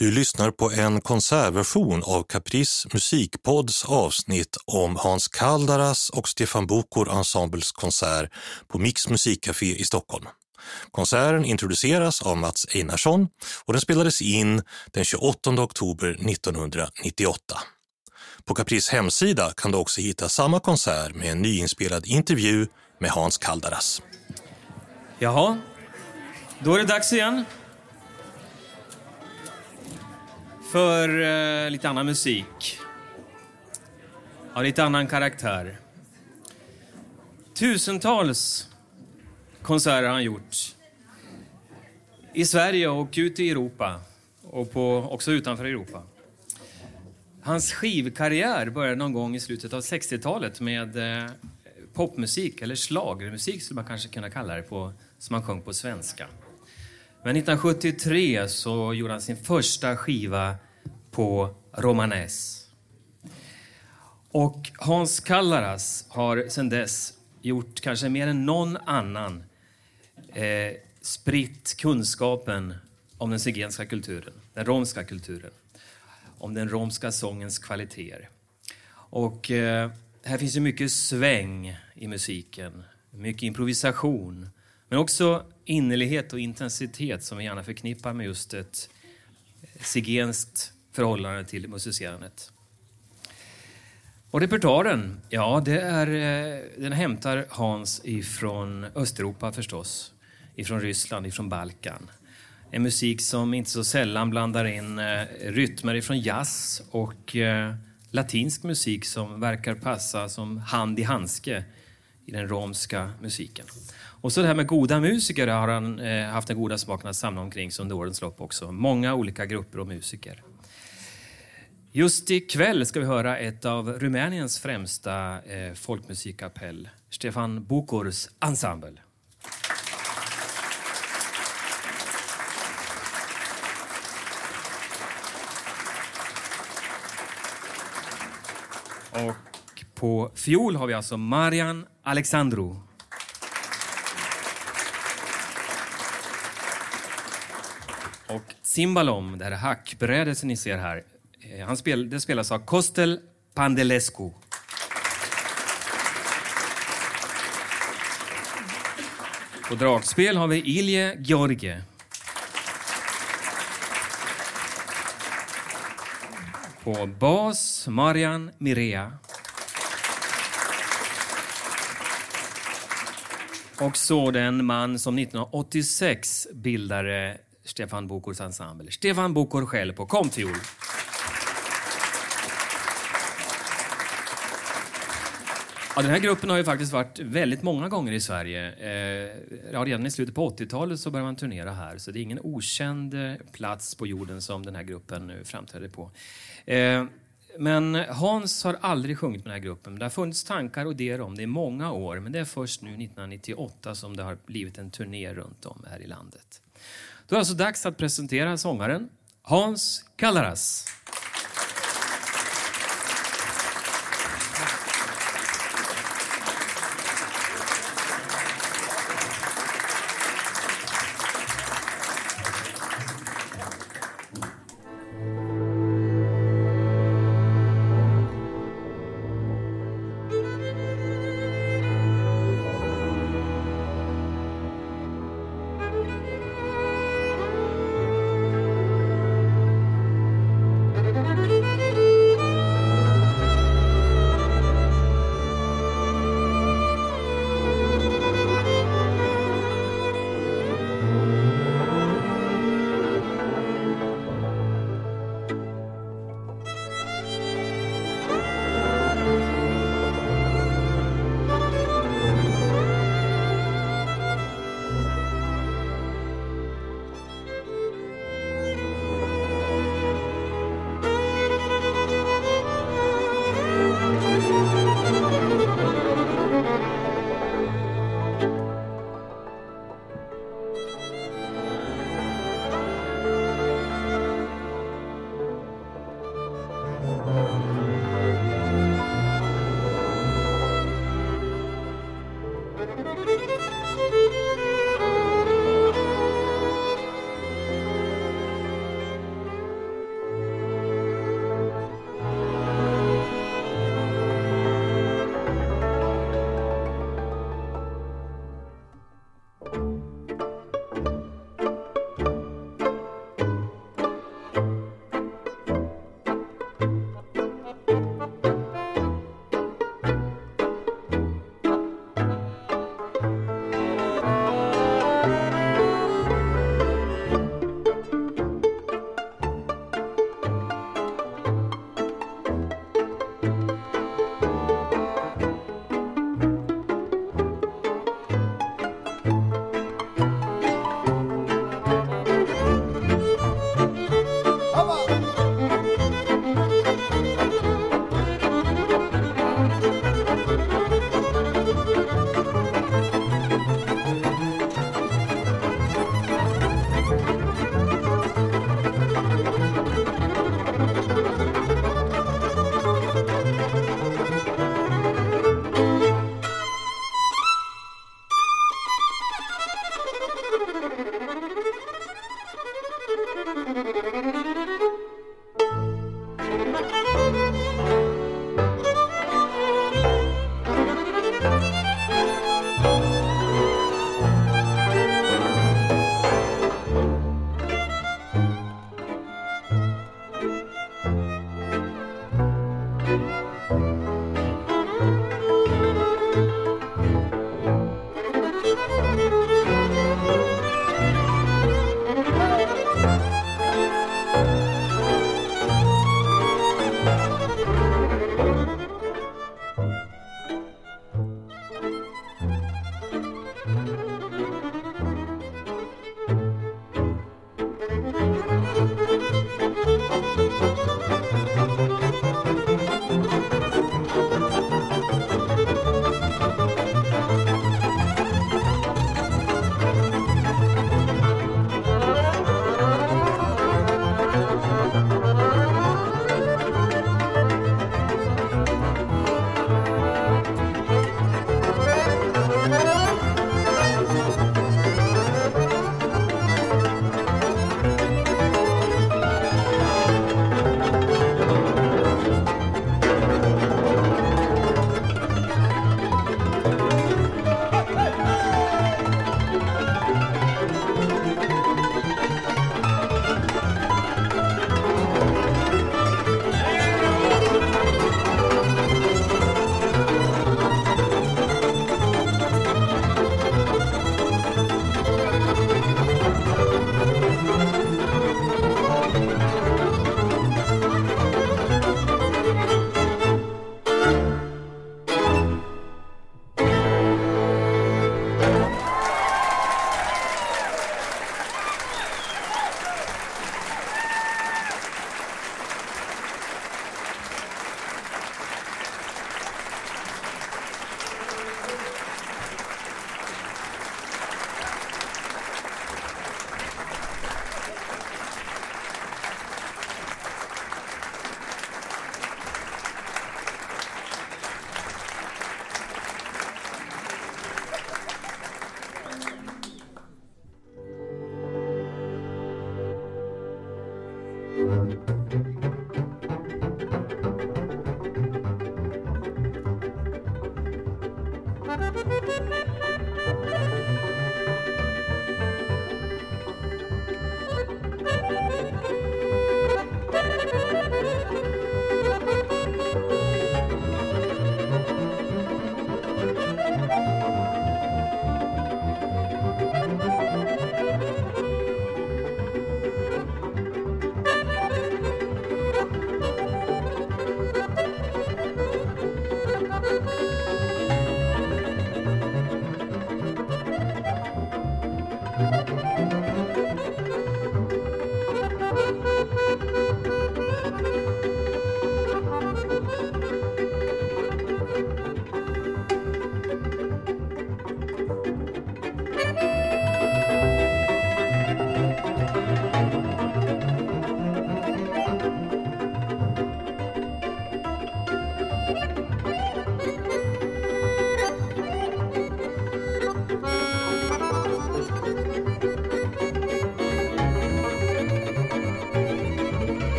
Du lyssnar på en konsertversion av Caprice musikpodds avsnitt om Hans Kaldaras och Stefan Bokor Ensembles konsert på Mix musikcafé i Stockholm. Konserten introduceras av Mats Einarsson och den spelades in den 28 oktober 1998. På Caprice hemsida kan du också hitta samma konsert med en nyinspelad intervju med Hans Kaldaras. Jaha, då är det dags igen. För lite annan musik. Ja, lite annan karaktär. Tusentals konserter har han gjort. I Sverige och ute i Europa. Och också utanför Europa. Hans skivkarriär började någon gång i slutet av 60-talet med popmusik eller schlagermusik skulle man kanske kunna kalla det som han sjöng på svenska. Men 1973 så gjorde han sin första skiva på romanes. Och Hans Kaldaras har sedan dess gjort kanske mer än någon annan spritt kunskapen om den zigenska kulturen, den romska kulturen, om den romska sångens kvaliteter. Och här finns ju mycket sväng i musiken, mycket improvisation, men också innerlighet och intensitet som vi gärna förknippar med just ett zigenskt förhållande till musicerandet. Och repertoaren, ja, den hämtar Hans ifrån Östeuropa förstås, ifrån Ryssland, ifrån Balkan. En musik som inte så sällan blandar in rytmer ifrån jazz och latinsk musik som verkar passa som hand i handske i den romska musiken. Och så det här med goda musiker har han haft den goda smaken att samla omkring sig under årens lopp också. Många olika grupper och musiker. Just ikväll ska vi höra ett av Rumäniens främsta folkmusikapell, Stefan Bokors Ensemble. Och på fiol har vi alltså Marian Alexandru. Och cimbalom, det här hackbrädet som ni ser här, det spelas av Costel Pandelescu. På dragspel har vi Ilje George. På bas Marian Mirea. Och så den man som 1986 bildade Stefan Bokors ensemble. Stefan Bokor själv på konfiol. Ja, den här gruppen har ju faktiskt varit väldigt många gånger i Sverige. Redan i slutet på 80-talet så började man turnera här. Så det är ingen okänd plats på jorden som den här gruppen nu framträder på. Men Hans har aldrig sjungit med den här gruppen. Det har funnits tankar och idéer om det i många år. Men det är först nu 1998 som det har blivit en turné runt om här i landet. Då är det alltså dags att presentera sångaren Hans Kaldaras.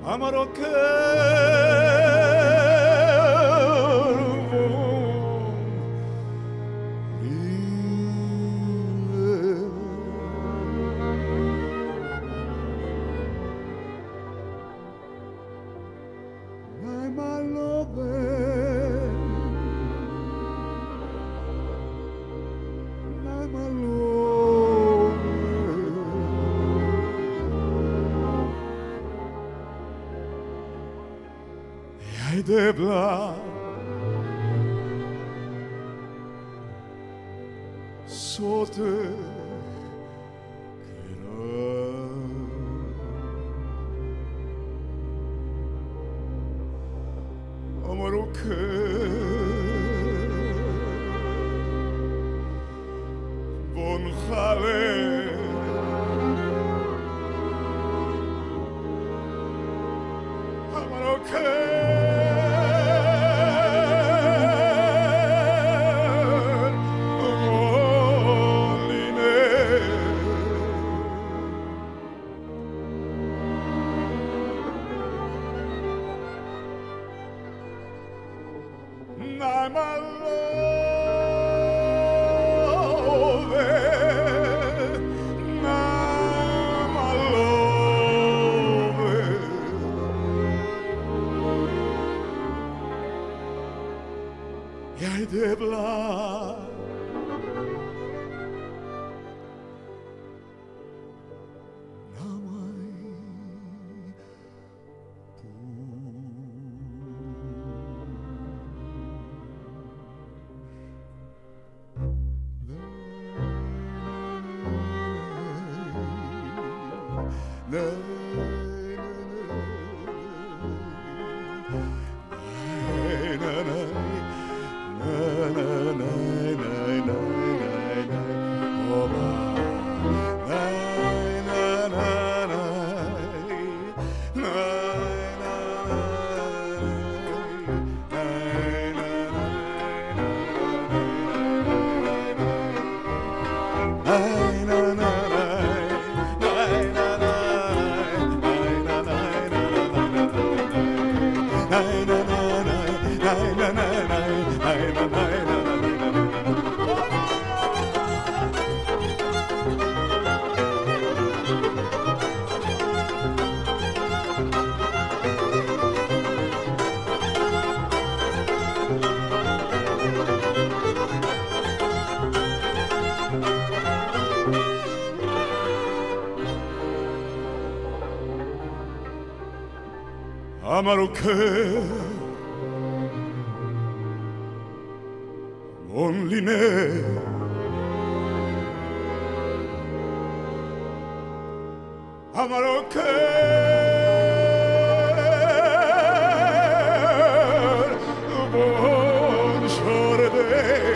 amaro che debla sote amaro che bon khale amaro che amaro che mon linee amaro che bon sorde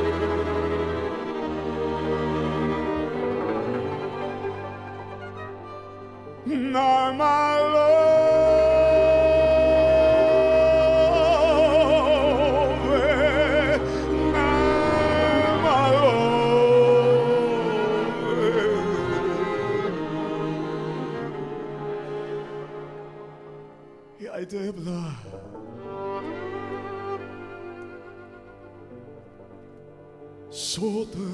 na malo debla sote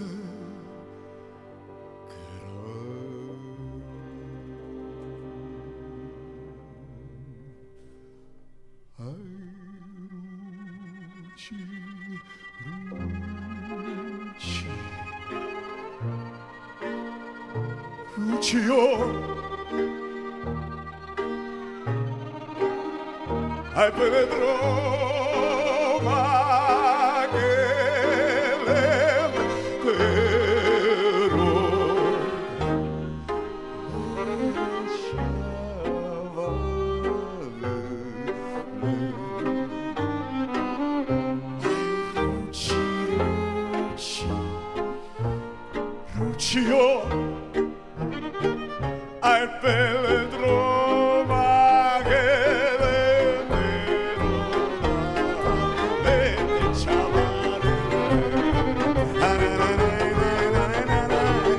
Lucio ai Pedro Magellan pero Lucio ai Pedro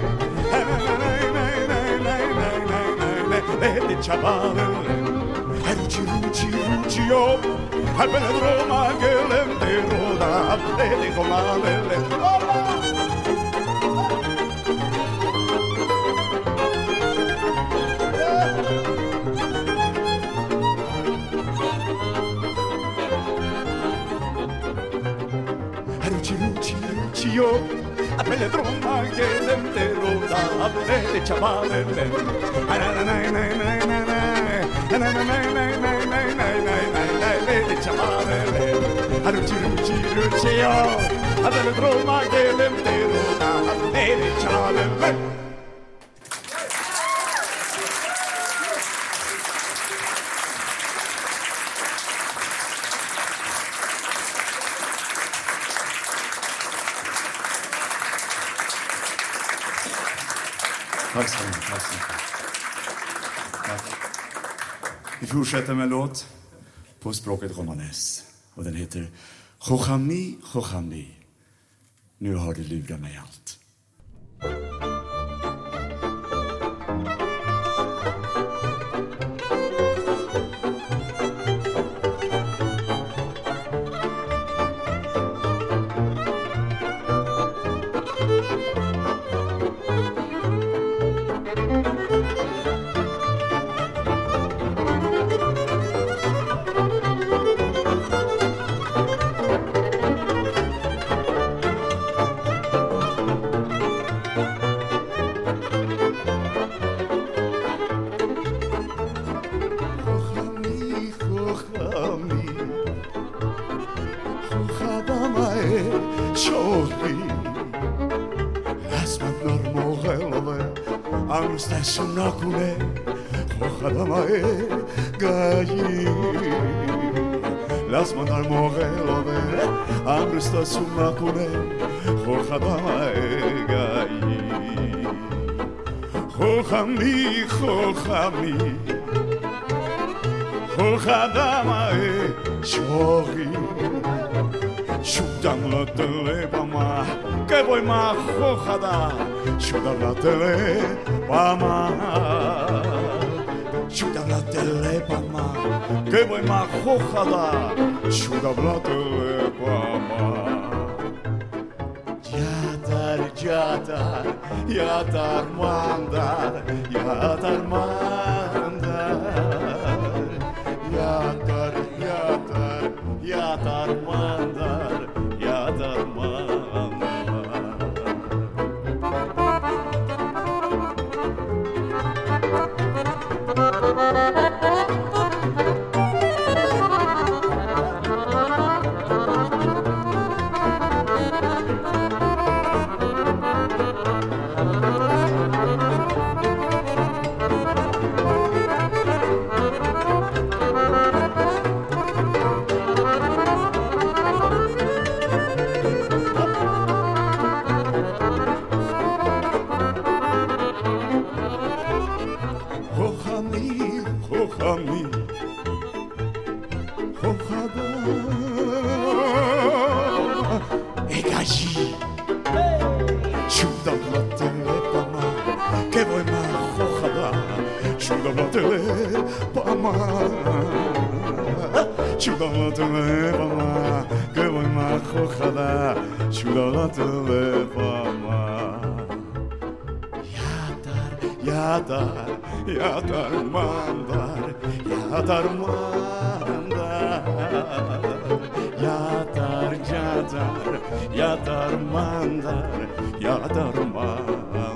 chavale Ruci, ruci, rucio, al velodrome che l'entero da vedi comandele. Ruci, ruci, rucio, al velodrome che l'entero da vedi comandele. Ruci, ruci, rucio, al velodrome che l'entero da vedi comandele. Tack så mycket. Tack. Vi fortsätter med en låt på språket romanes. Och den heter Chochami, Chochami. Nu har du lurat mig allt. Sunakune, Hochadamae, Gayi. Las mandar morelove, Amrista Sunakune, Hochadamae, Gayi. Hochami, Hochami, Hochadamae, Shori. Shudam la telepama, que voy más Hochada, Shudam la telepama, Shudam la telepama, que voy más Hochada, Shudam la telepama. Yatar, yatar, yatar mandar, yatar mandar, yatar, yatar, yatar mandar, yatar mandar. Yatar mandar, yatar mandar, yatar yatar, yatar mandar, yatar mandar.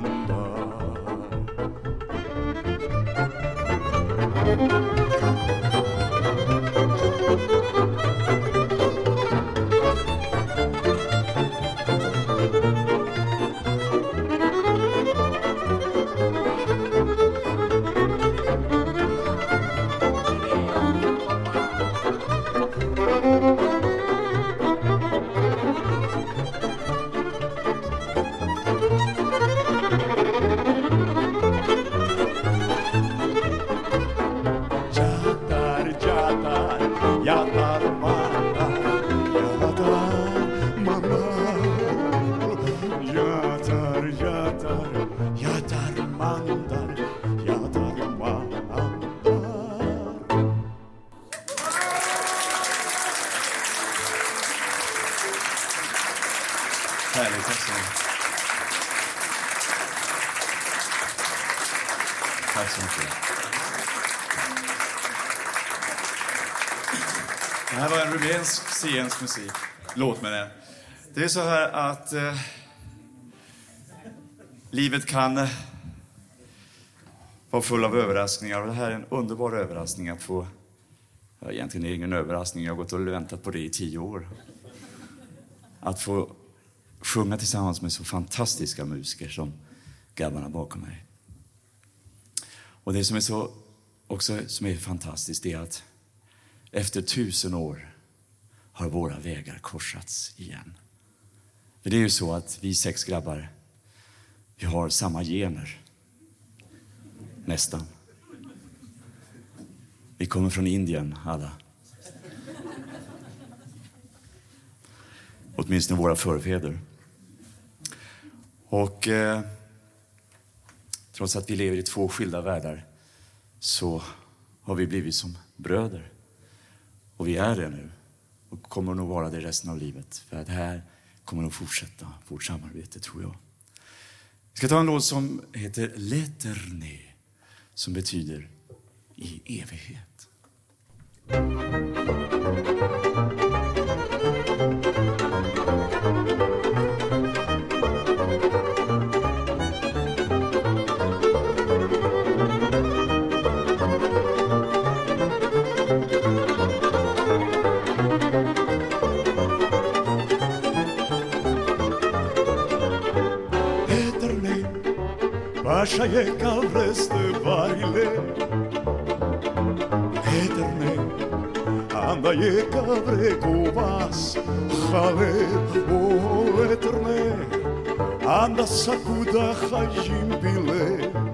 Tack så mycket. Det här var en rumänsk zigensk musik. Låt med det. Det är så här att livet kan vara full av överraskningar. Och det här är en underbar överraskning att få... Ja, egentligen ingen överraskning. Jag har gått och väntat på det i 10 år. Att få sjunga tillsammans med så fantastiska musiker som grabbarna bakom mig. Och det som är så också som är fantastiskt är att efter 1000 år har våra vägar korsats igen. För det är ju så att vi 6 grabbar, vi har samma gener. Nästan. Vi kommer från Indien alla. Åtminstone våra förfäder. Och trots att vi lever i 2 skilda världar så har vi blivit som bröder. Och vi är det nu. Och kommer nog vara det resten av livet. För att här kommer nog fortsätta vårt samarbete, tror jag. Vi ska ta en låt som heter L'éternel. Som betyder i evighet. Așa e ca vrăstăvarile Eterne Anda e ca vrecovas Hale o eterne Anda sacuda hajimbile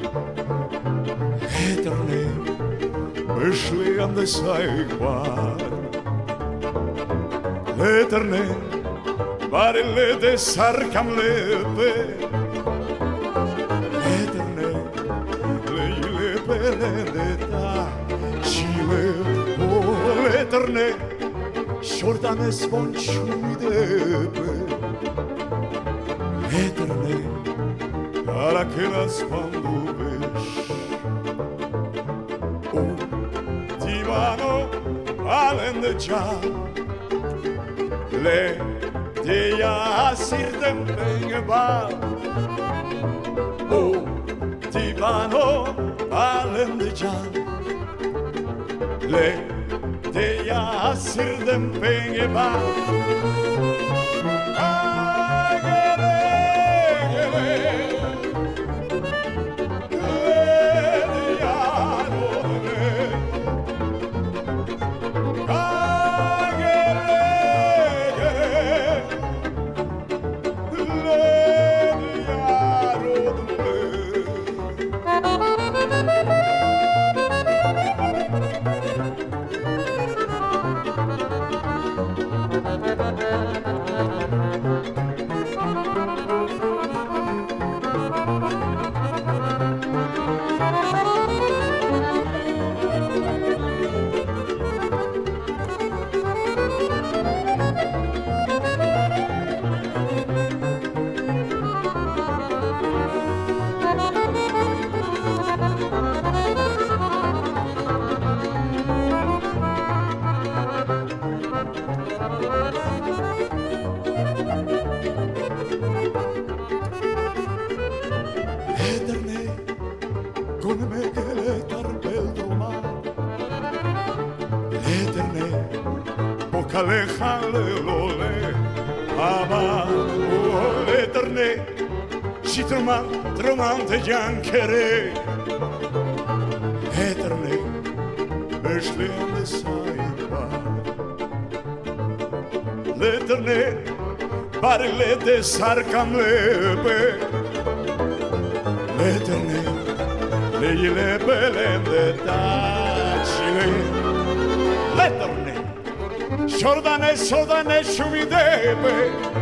Eterne Myśli anda saigbar Eterne Barile de sarcam lepe Eterne, Jordane spončumi debe Eterne, para que nas quando ves O divano alendeggiar Le dia sirden pengebar O divano alendeggiar Le de ya sirden pengeba Tromante gianchere Eterne Beschleunde saiba L'Eterne Barile de sarcam lepe L'Eterne Leile belende tacile L'Eterne Jordane sodane shumidebe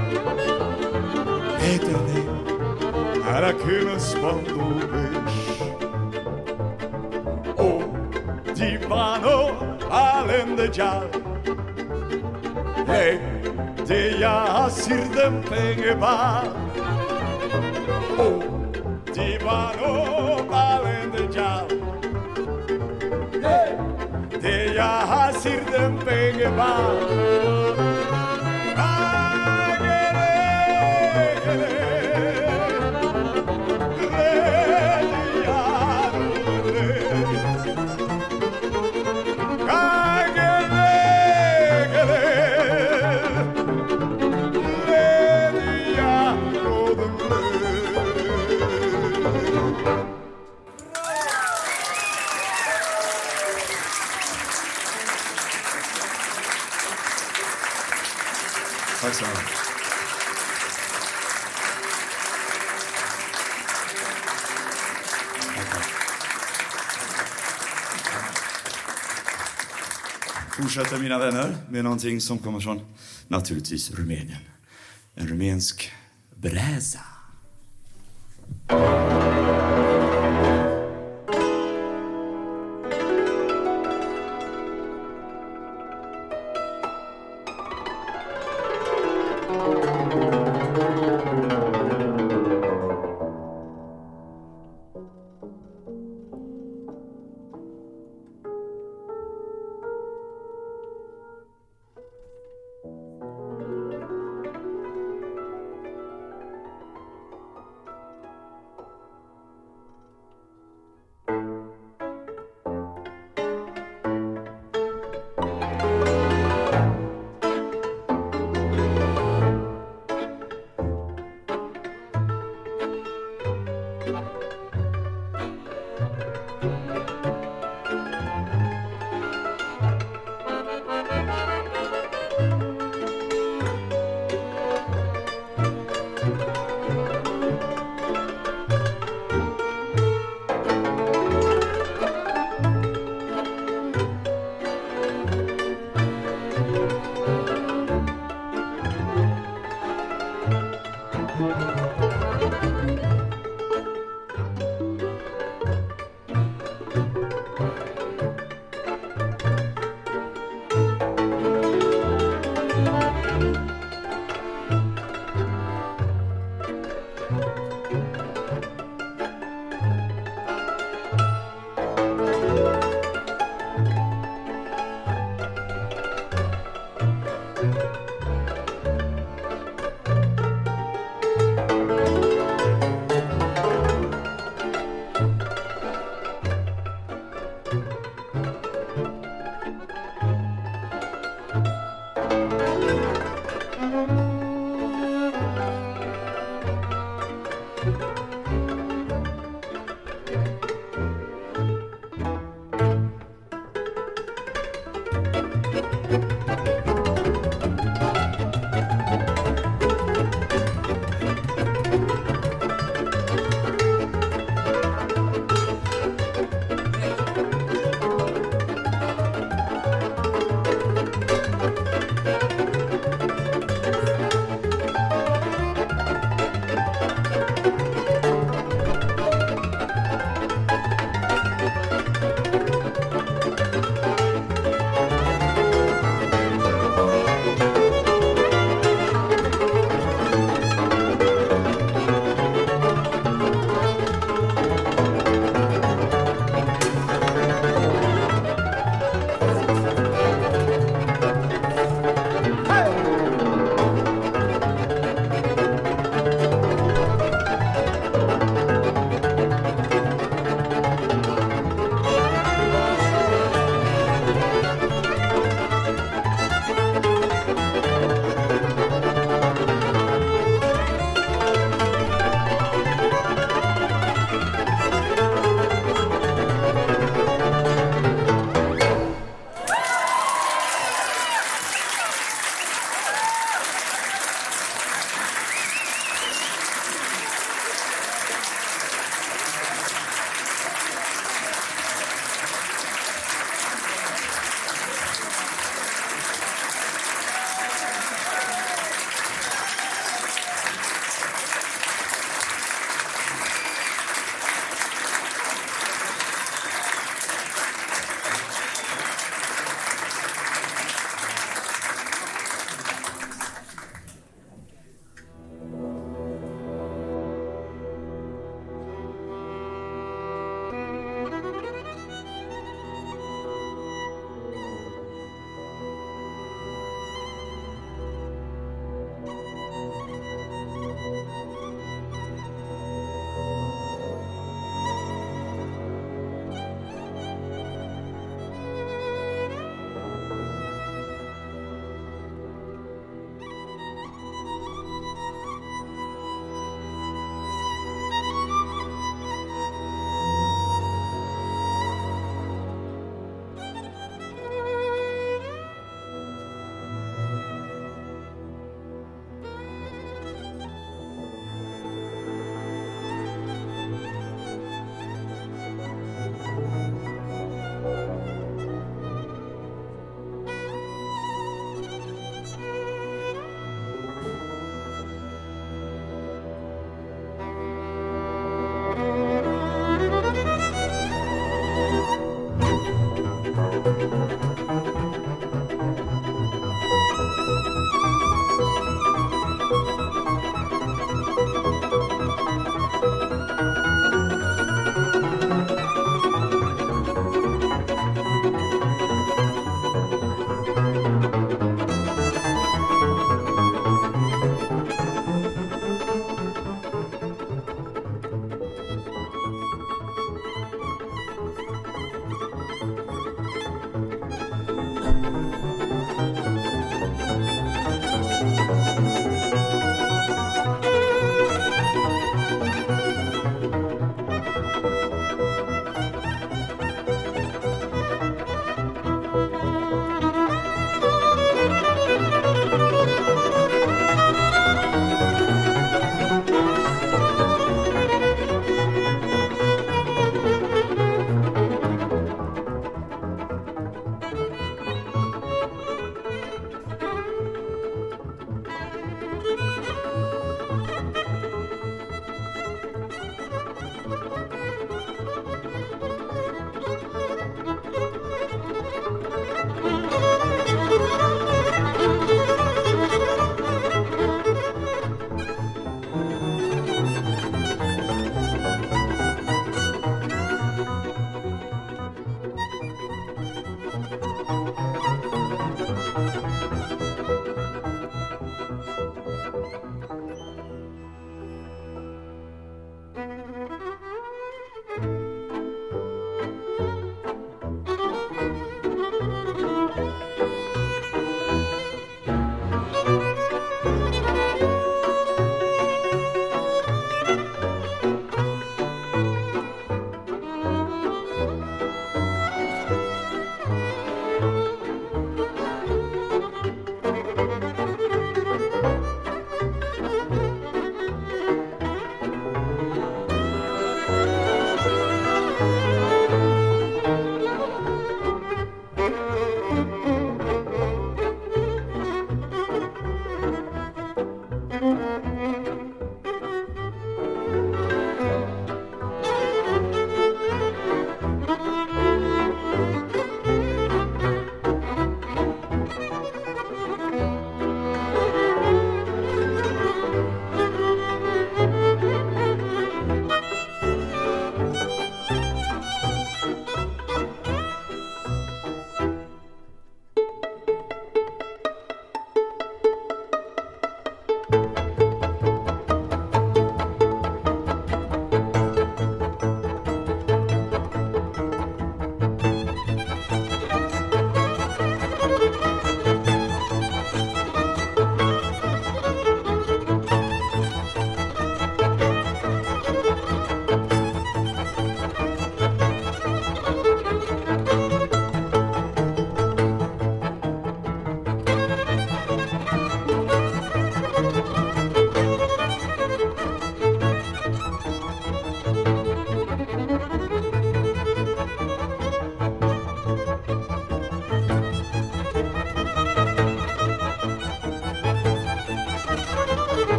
Eterne Para que nas quando ves O divano alendeggiar E de ya sirden pengebar O divano alendeggiar sirden pegeba Tack så mycket. Fortsätter mina vänner med någonting som kommer från naturligtvis Rumänien. En rumänsk bräsa.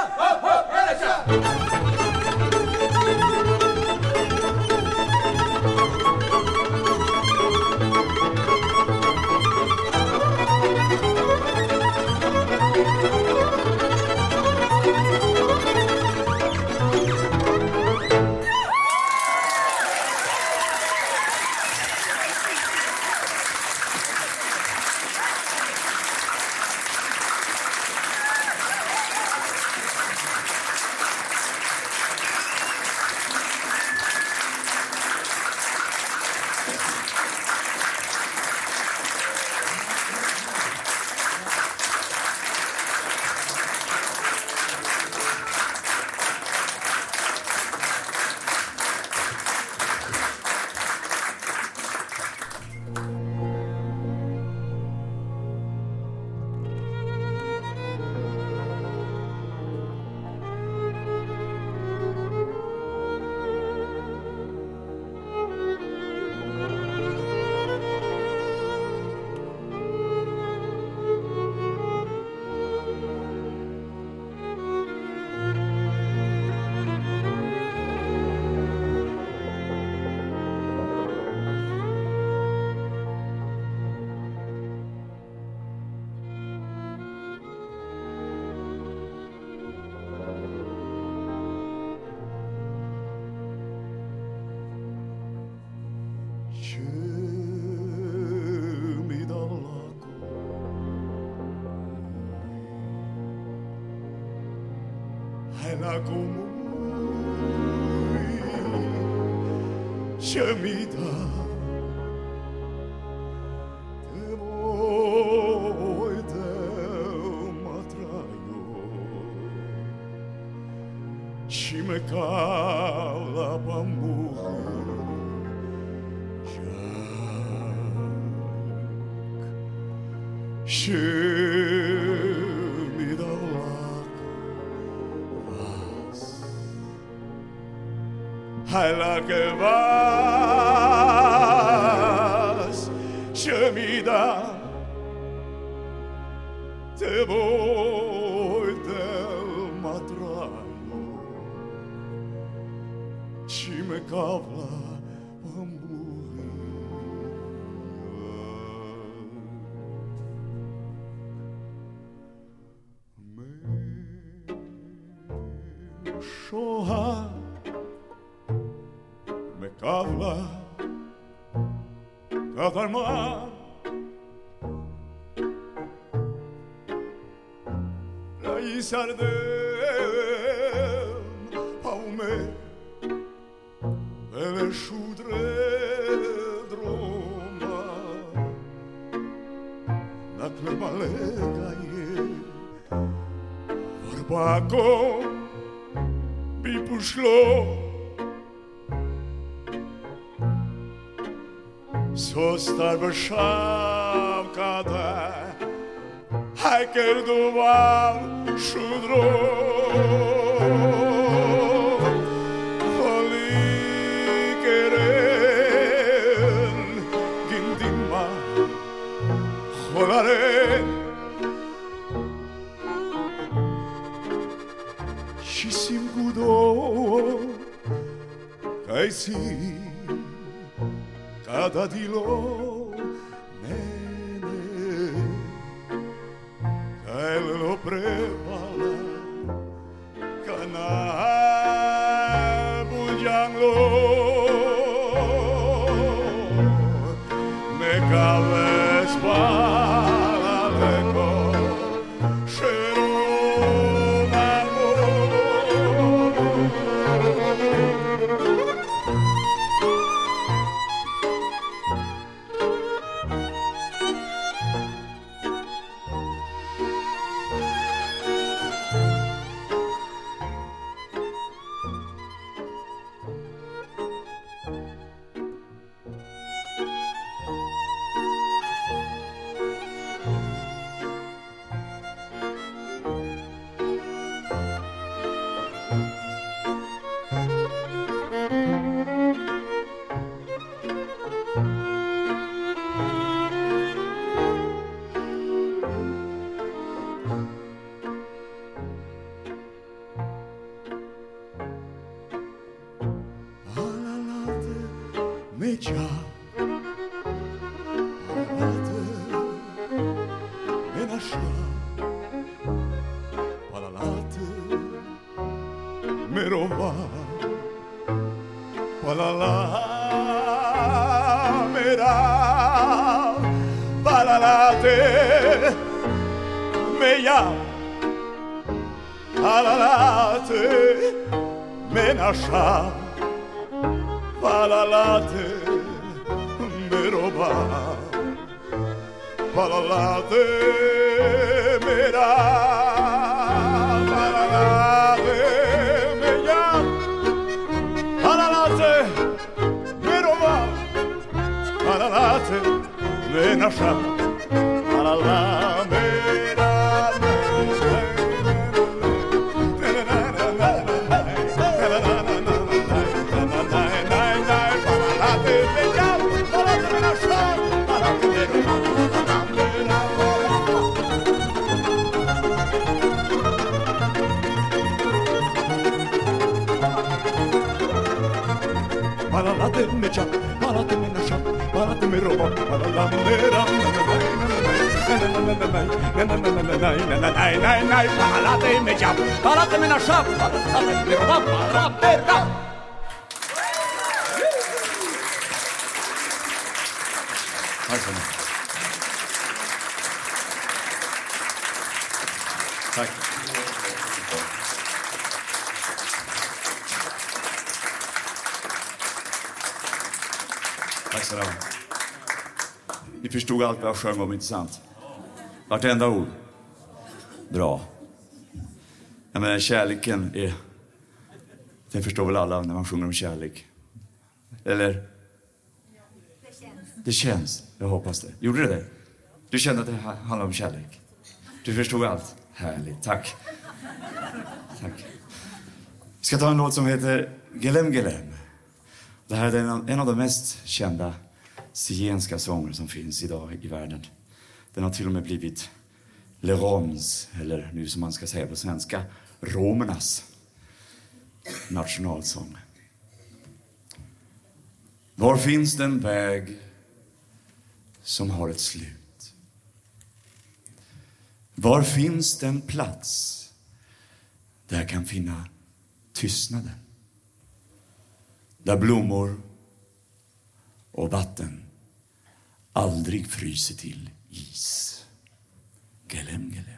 la comui ce mi dà te voi te matraio ci me cala pambuhi ce mi dà la que vas ce mi dà te voi del matraio ci me cavla pamburi me shoha Kavla katarma la isardem paume ele shudre droma na klebalega je Orbako bi pušlo Sostar bešavkada Hajker duval šudro Volikeren Gindima Holare Šisim gudo Kaj si Cada dilo mene Kaj lo prepala Kanal buđanglo Neka vespala leko Šeruna mecha palate menasha palalate merova palala mera palalate meya palalate menasha palalate meroba palalate mera palalate meya palalate meroba palalate menasha palalate Palate me cha, palate me na sha, palate me roba, palala me ra, palate me cha, palate me na sha, palate me roba, palate ra. Tack så mycket. Tack. Tack så mycket. Ni förstod allt vad jag sjöng om, inte sant? Vartenda ord. Bra. Jag menar, kärleken är... Den förstår väl alla när man sjunger om kärlek. Eller? Det känns. Jag hoppas det. Gjorde det? Du kände att det handlar om kärlek. Du förstod allt. Härligt. Tack. Tack. Vi ska ta en låt som heter Gelem Gelem. Det här är en av de mest kända zigenska sånger som finns idag i världen. Den har till och med blivit Le Roms, eller nu som man ska säga på svenska, romernas nationalsång. Var finns den väg som har ett slut? Var finns den plats där jag kan finna tystnaden? Där blommor och vatten aldrig fryser till is. Gelem, gelem.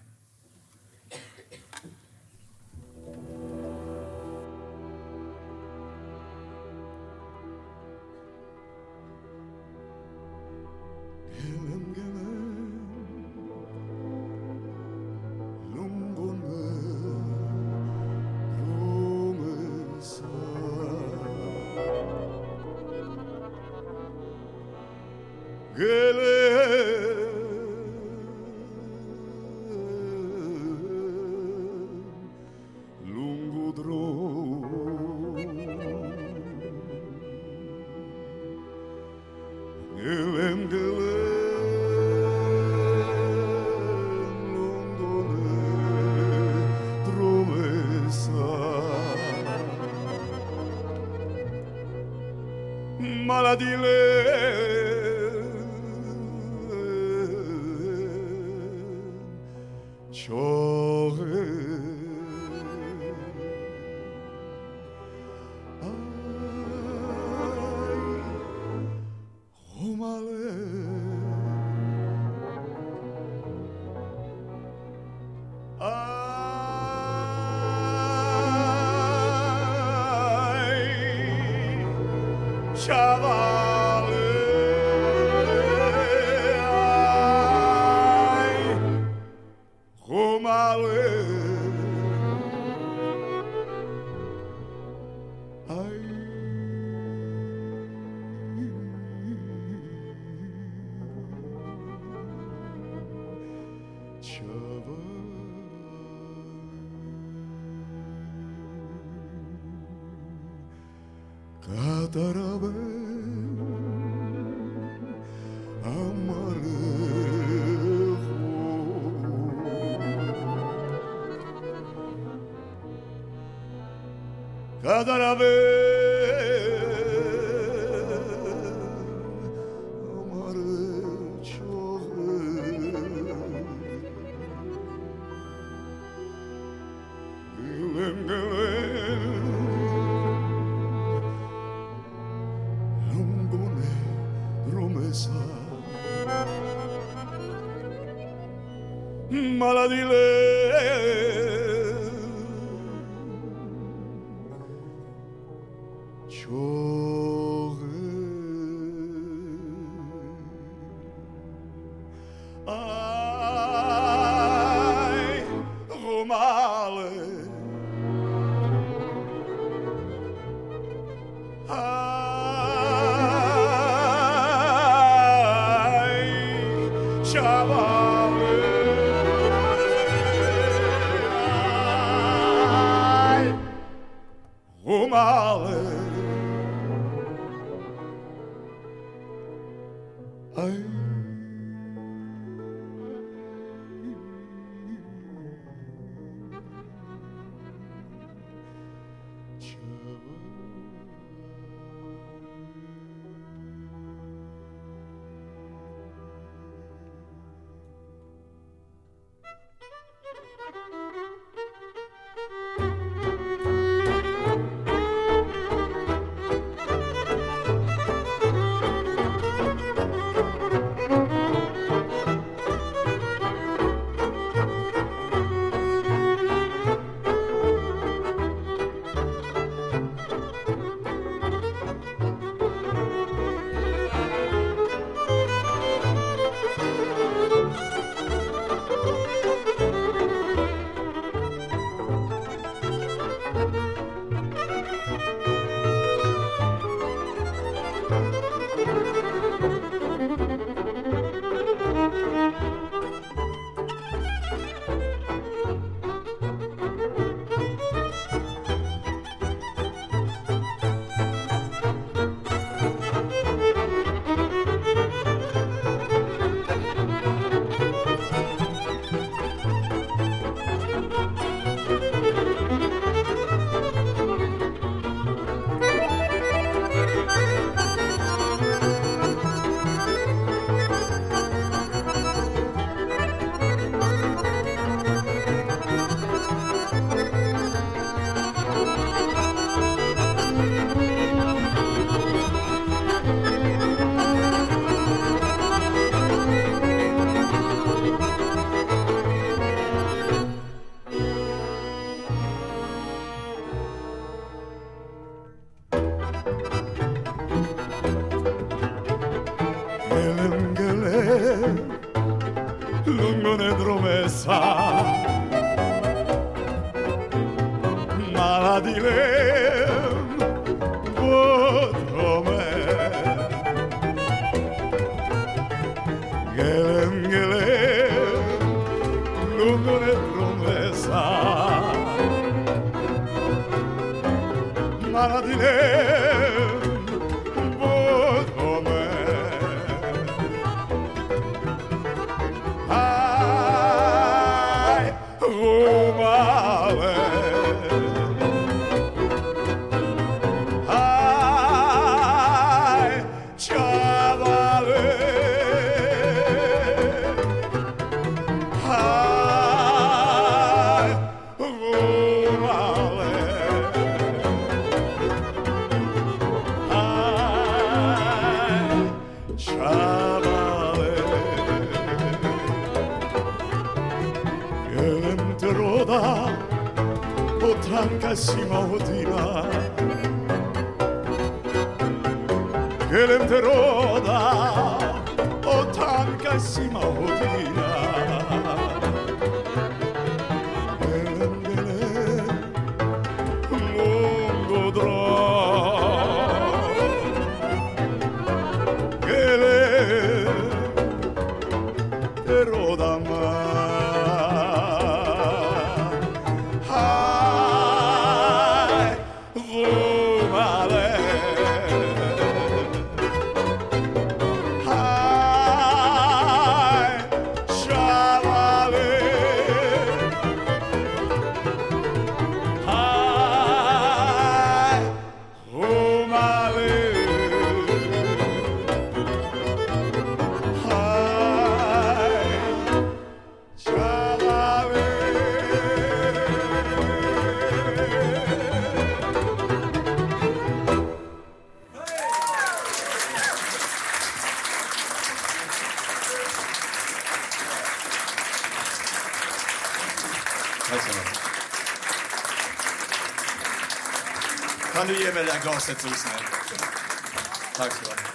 Kan du ge mig det där glaset så snällt? Tack så mycket.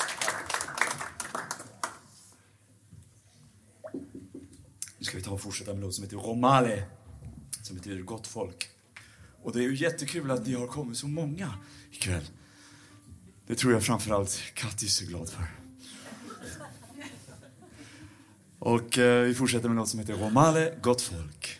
Nu ska vi ta och fortsätta med något som heter Romale. Som betyder gott folk. Och det är ju jättekul att ni har kommit så många ikväll. Det tror jag framförallt Kattis är glad för. Och vi fortsätter med något som heter Romale, gott folk.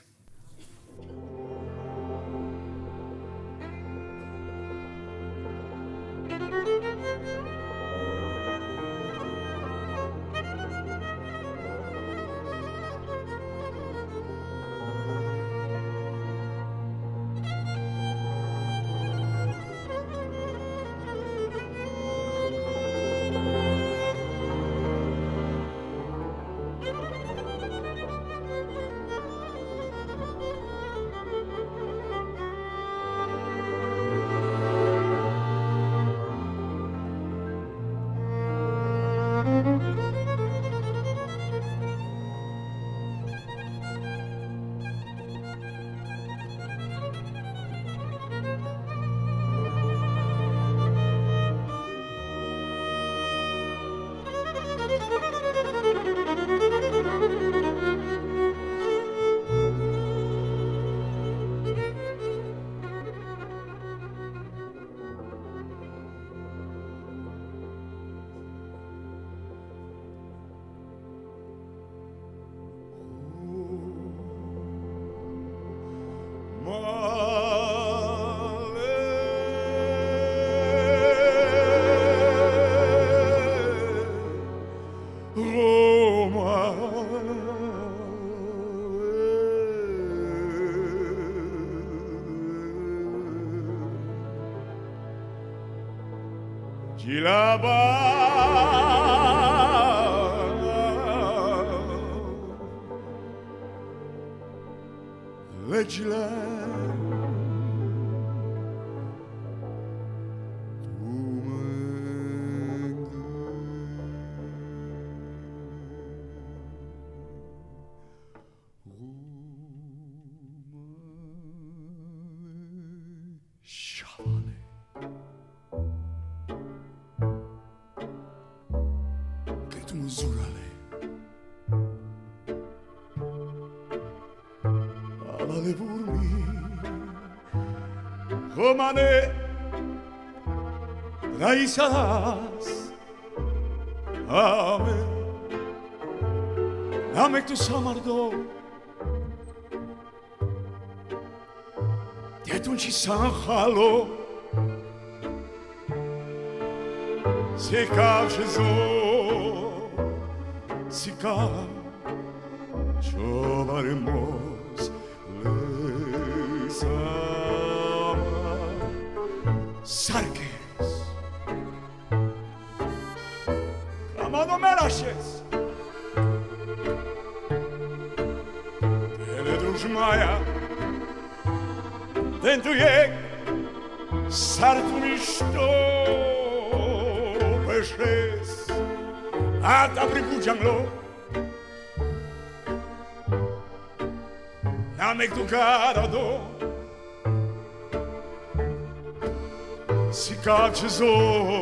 Romane raízadas Amen Amek tu samardo Tietunci sanhalo Sika vžezo Sika Čovaremos Lesa Sarkes Amado Meraches Teledružmaja Dentro je Sartu ništo Pešes A ta pribuđamlo Namek tu garado Sika čezo,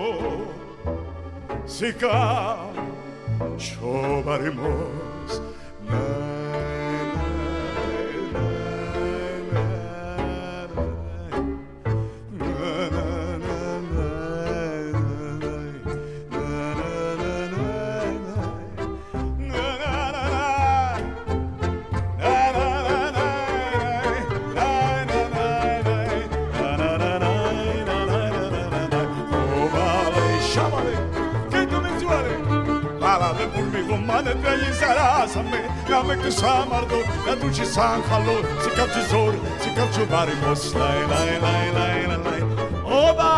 sika čobaremos Namek tu samardo, na duci sanhalo, si kapčizor, si kapčubarimo, laj, laj, laj, laj, laj, oba!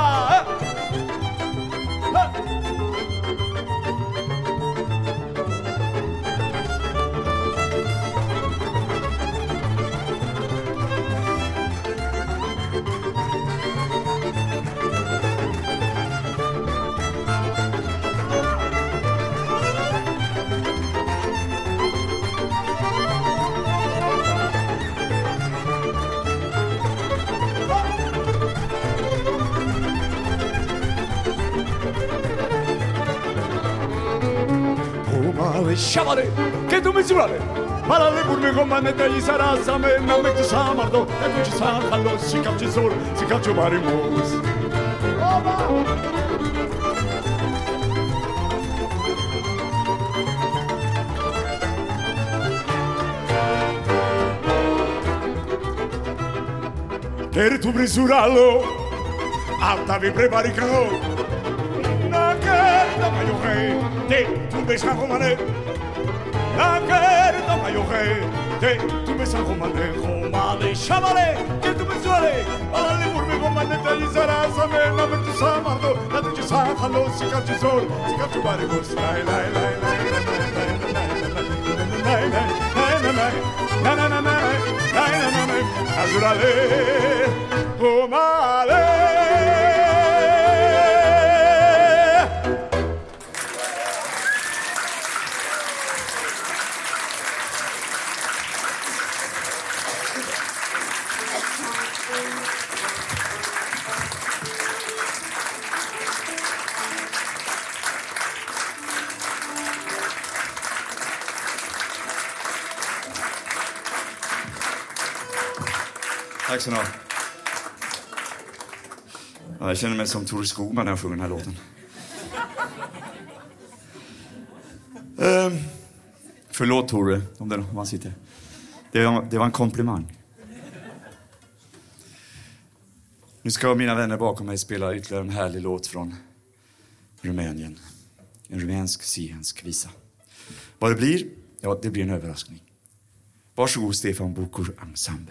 sciavale, che tu misurale. Ma le burme comandate gli sarà same, non metto samardo, e tu ci sa, allora si calci solo, si calci vari mus. Per tu misuralo, alta vi prepari cano. Na carta mayo hey, te tu besa comane. Na carta mayo hey, te tu besa comane. Comane shavale, que tu misurale. Alle burme comane te gli sarà same, na me tu samardo, na tu ci sa hallo si calci sol, si calci vari mus. Lai lai lai lai lai lai lai lai lai lai. Azurale, oh male. Tack så mycket. Ja, jag känner mig som Tore Skogman när jag sjunger den här låten. Förlåt Tore, om han sitter. Det var en komplimang. Nu ska mina vänner bakom mig spela ytterligare en härlig låt från Rumänien. En rumänsk-zigensk visa. Vad det blir? Ja, det blir en överraskning. Varsågod Stefan Bukur Ensemble.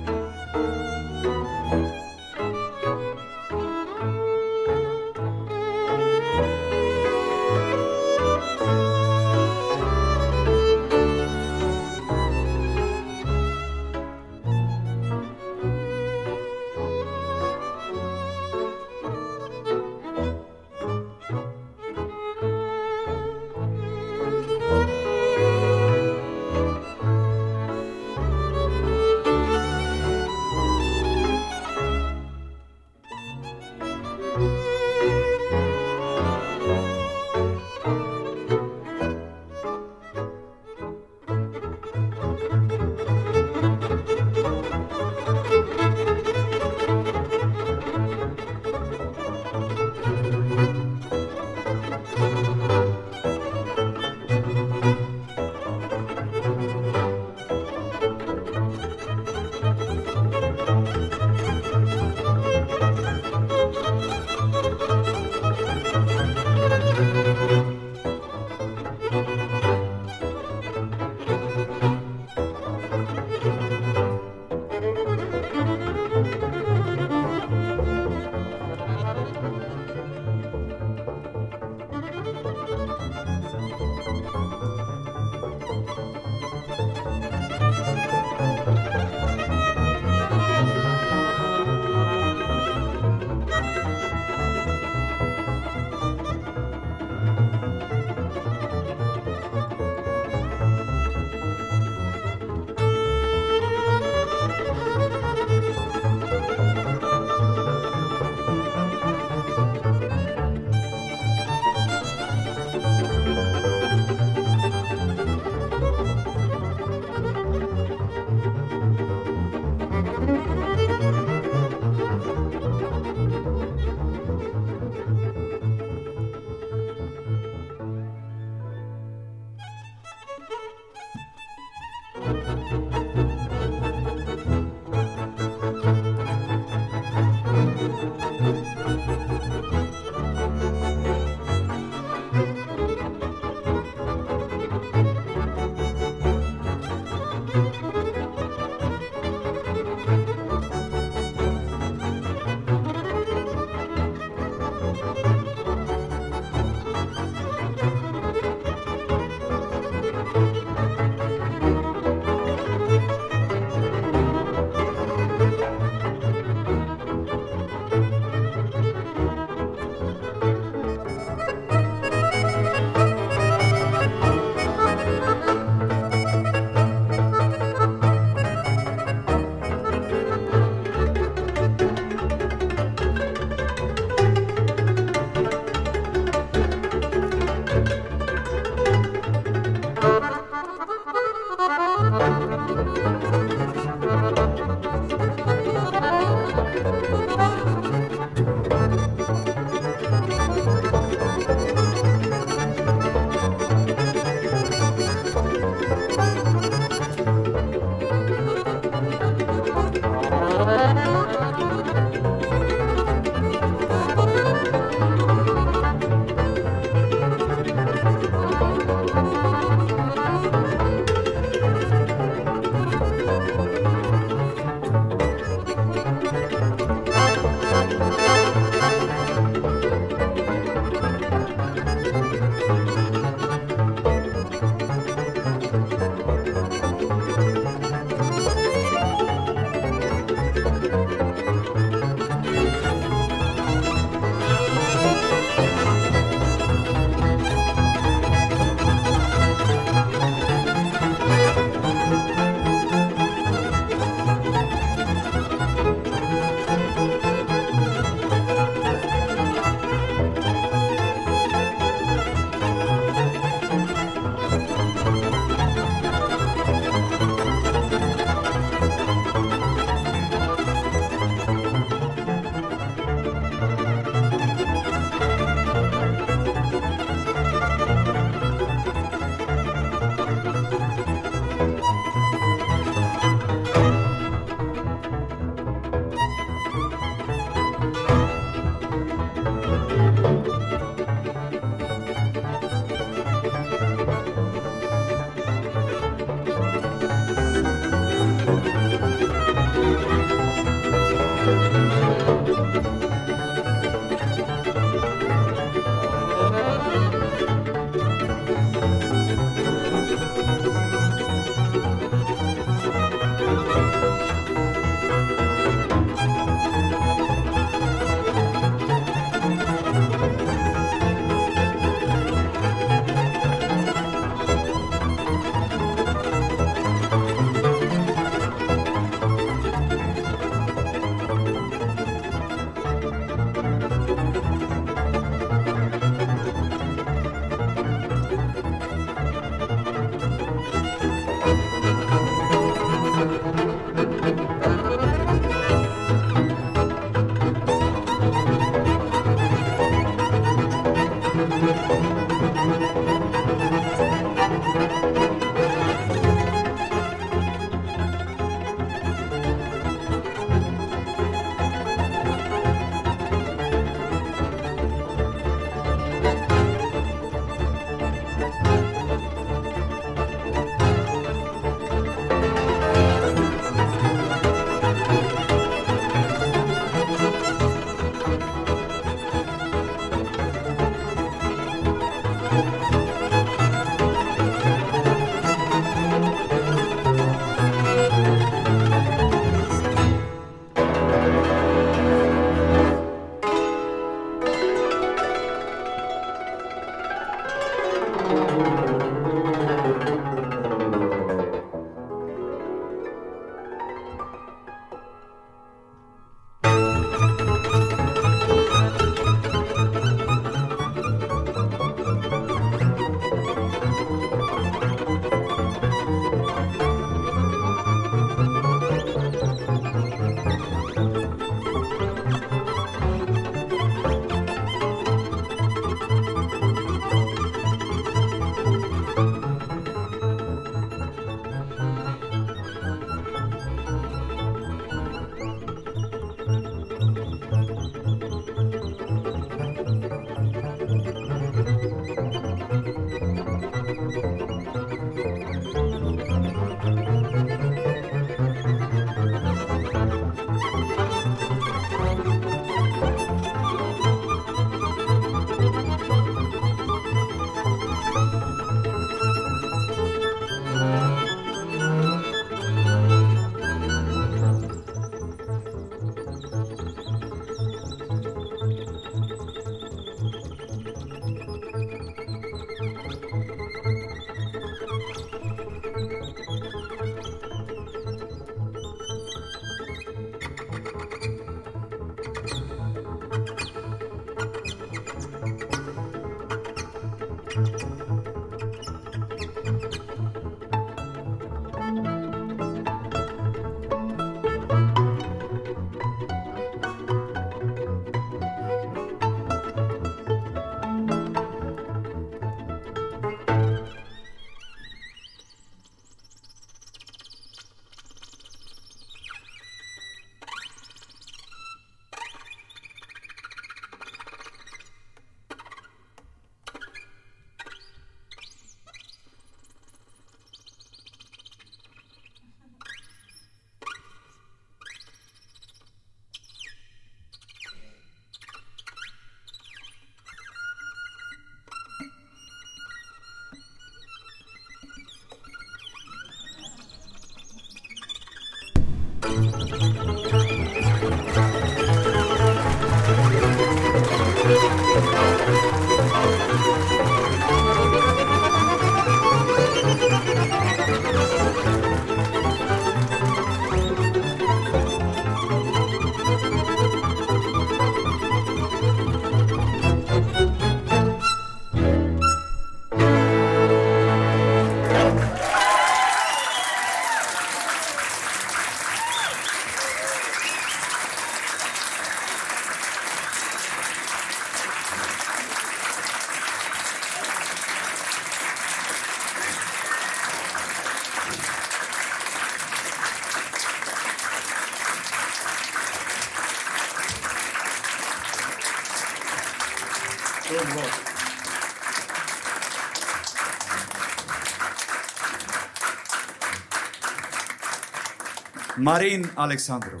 Marin Alexandrov.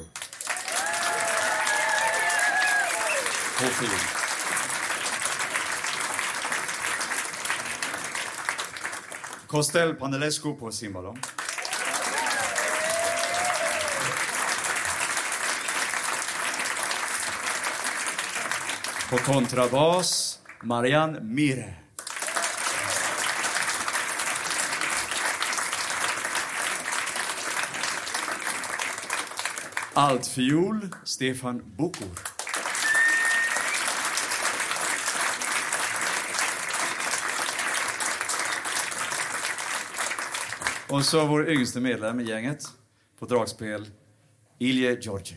På fiol. Costel Pandelescu på cimbalom. På kontrabas, Marianne Mire. Altfiol, Stefan Bukur. Och så vår yngste medlem i gänget på dragspel, Ilje Georgi.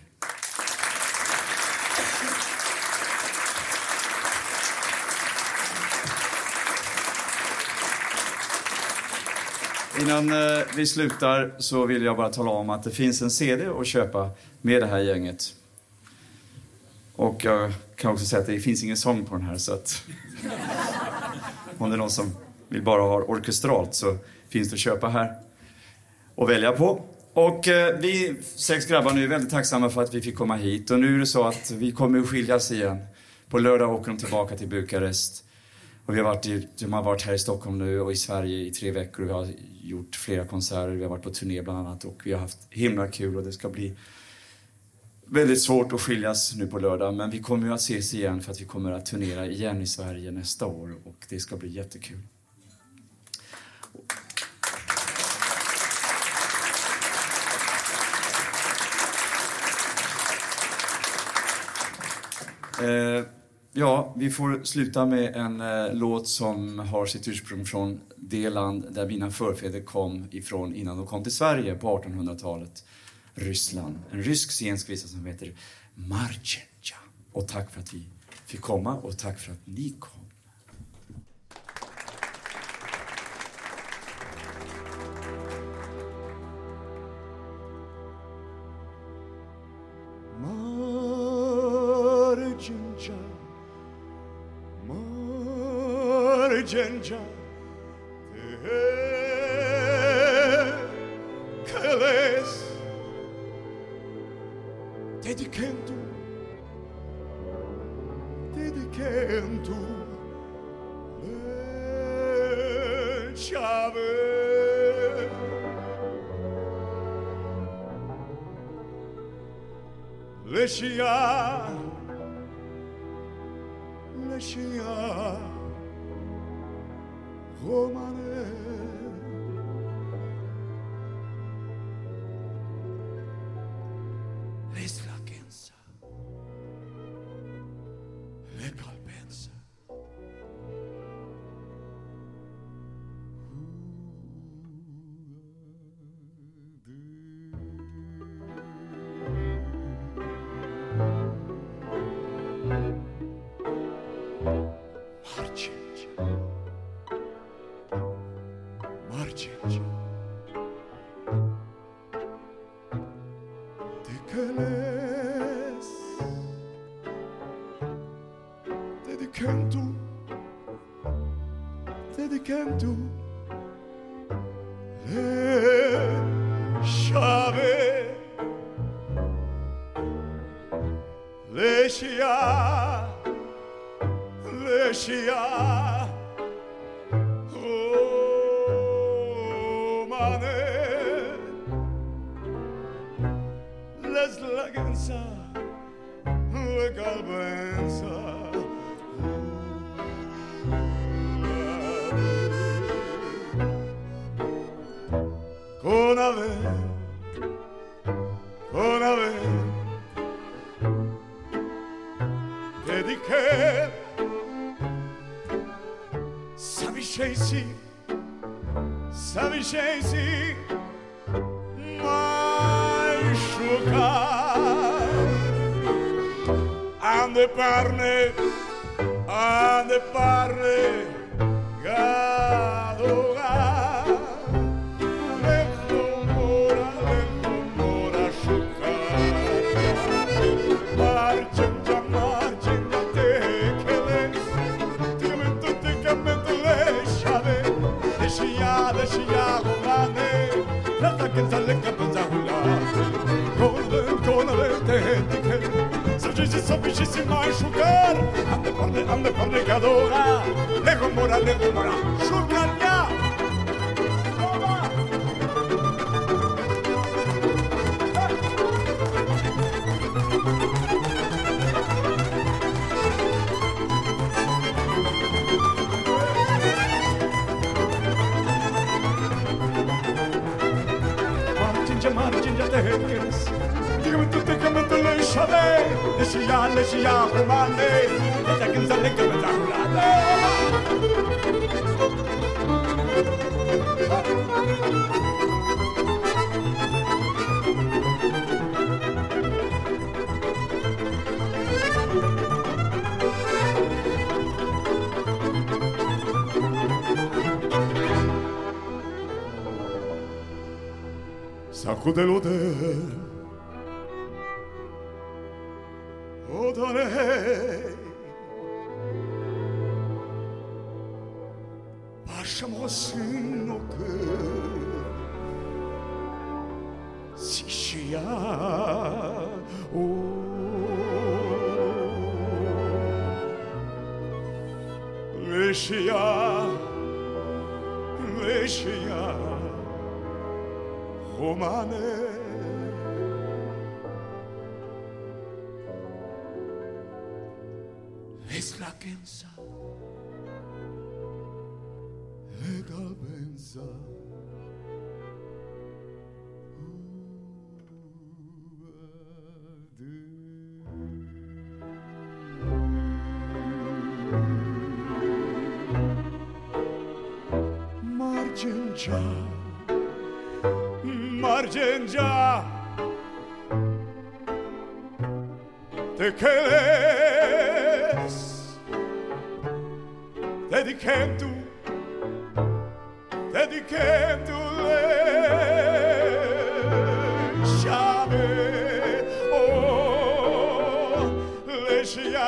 Innan vi slutar så vill jag bara tala om att det finns en CD att köpa med det här gänget. Och jag kan också säga att det finns ingen sång på den här, så att om det är någon som vill bara ha orkestralt så finns det att köpa här och välja på. Och vi 6 grabbar nu är väldigt tacksamma för att vi fick komma hit. Och nu är det så att vi kommer att skiljas igen. På lördag åker de tillbaka till Bukarest. Och de har varit här i Stockholm nu och i Sverige i 3 veckor. Vi har gjort flera konserter, vi har varit på turné bland annat. Och vi har haft himla kul och det ska bli väldigt svårt att skiljas nu på lördag. Men vi kommer ju att ses igen för att vi kommer att turnera igen i Sverige nästa år. Och det ska bli jättekul. Ja, vi får sluta med en låt som har sitt ursprung från det land där mina förfäder kom ifrån innan de kom till Sverige på 1800-talet. Ryssland. En rysk scensk visa som heter Marchenja. Och tack för att vi fick komma och tack för att ni kom. Marchenja, Tekeles, Dedicento, Chave, Leshia, Romane, Leslagenza, Legalbenza. Marchenja, Tekeles, Dedicento, Chave, Leshia, Romane, Leslagenza, Legalbenza. Con ave, dediché, saviscensi, mai sciucar, ande parne, gadoga. Leshia, Romane, Leslagenza, Legalbenza, con ave, Saviscensi, mai sciucar, ande parne, gadoga, legomora, sciucarnia. Marchenja, Tekeles, Dedicento, Chave, Leshia, Romane, Leslagenza, Legalbenza, Sacudelo-te Odare Pashamosinoke Sishia Leshia Romane Leslakensa Legalbensa Margenja Te queres Dediquem tu le chave Oh Leshia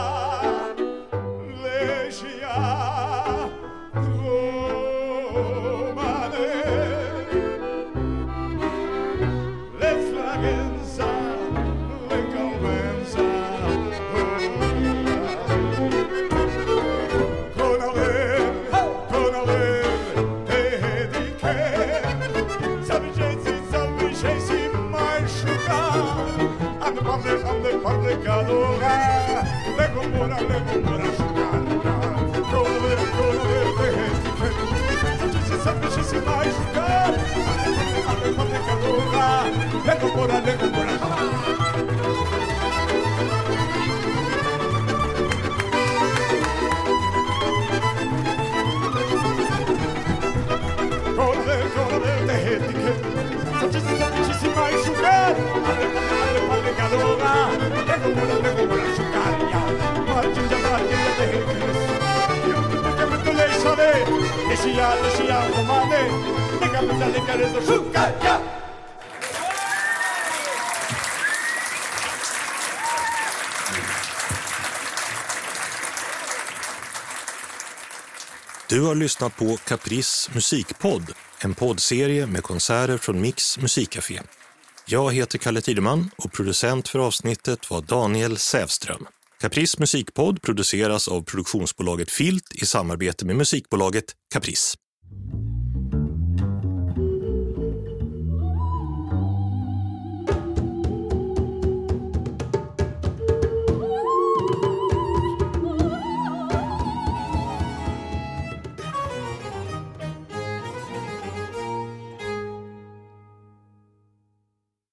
Parlecadora, le compora sciugata, se sapessi mai sciugata, parlecadora, le compora Du har lyssnat på Caprice musikpodd, en poddserie med konserter från Mix musikcafé. Jag heter Kalle Tideman och producent för avsnittet var Daniel Sävström. Caprice musikpodd produceras av produktionsbolaget Filt i samarbete med musikbolaget Caprice.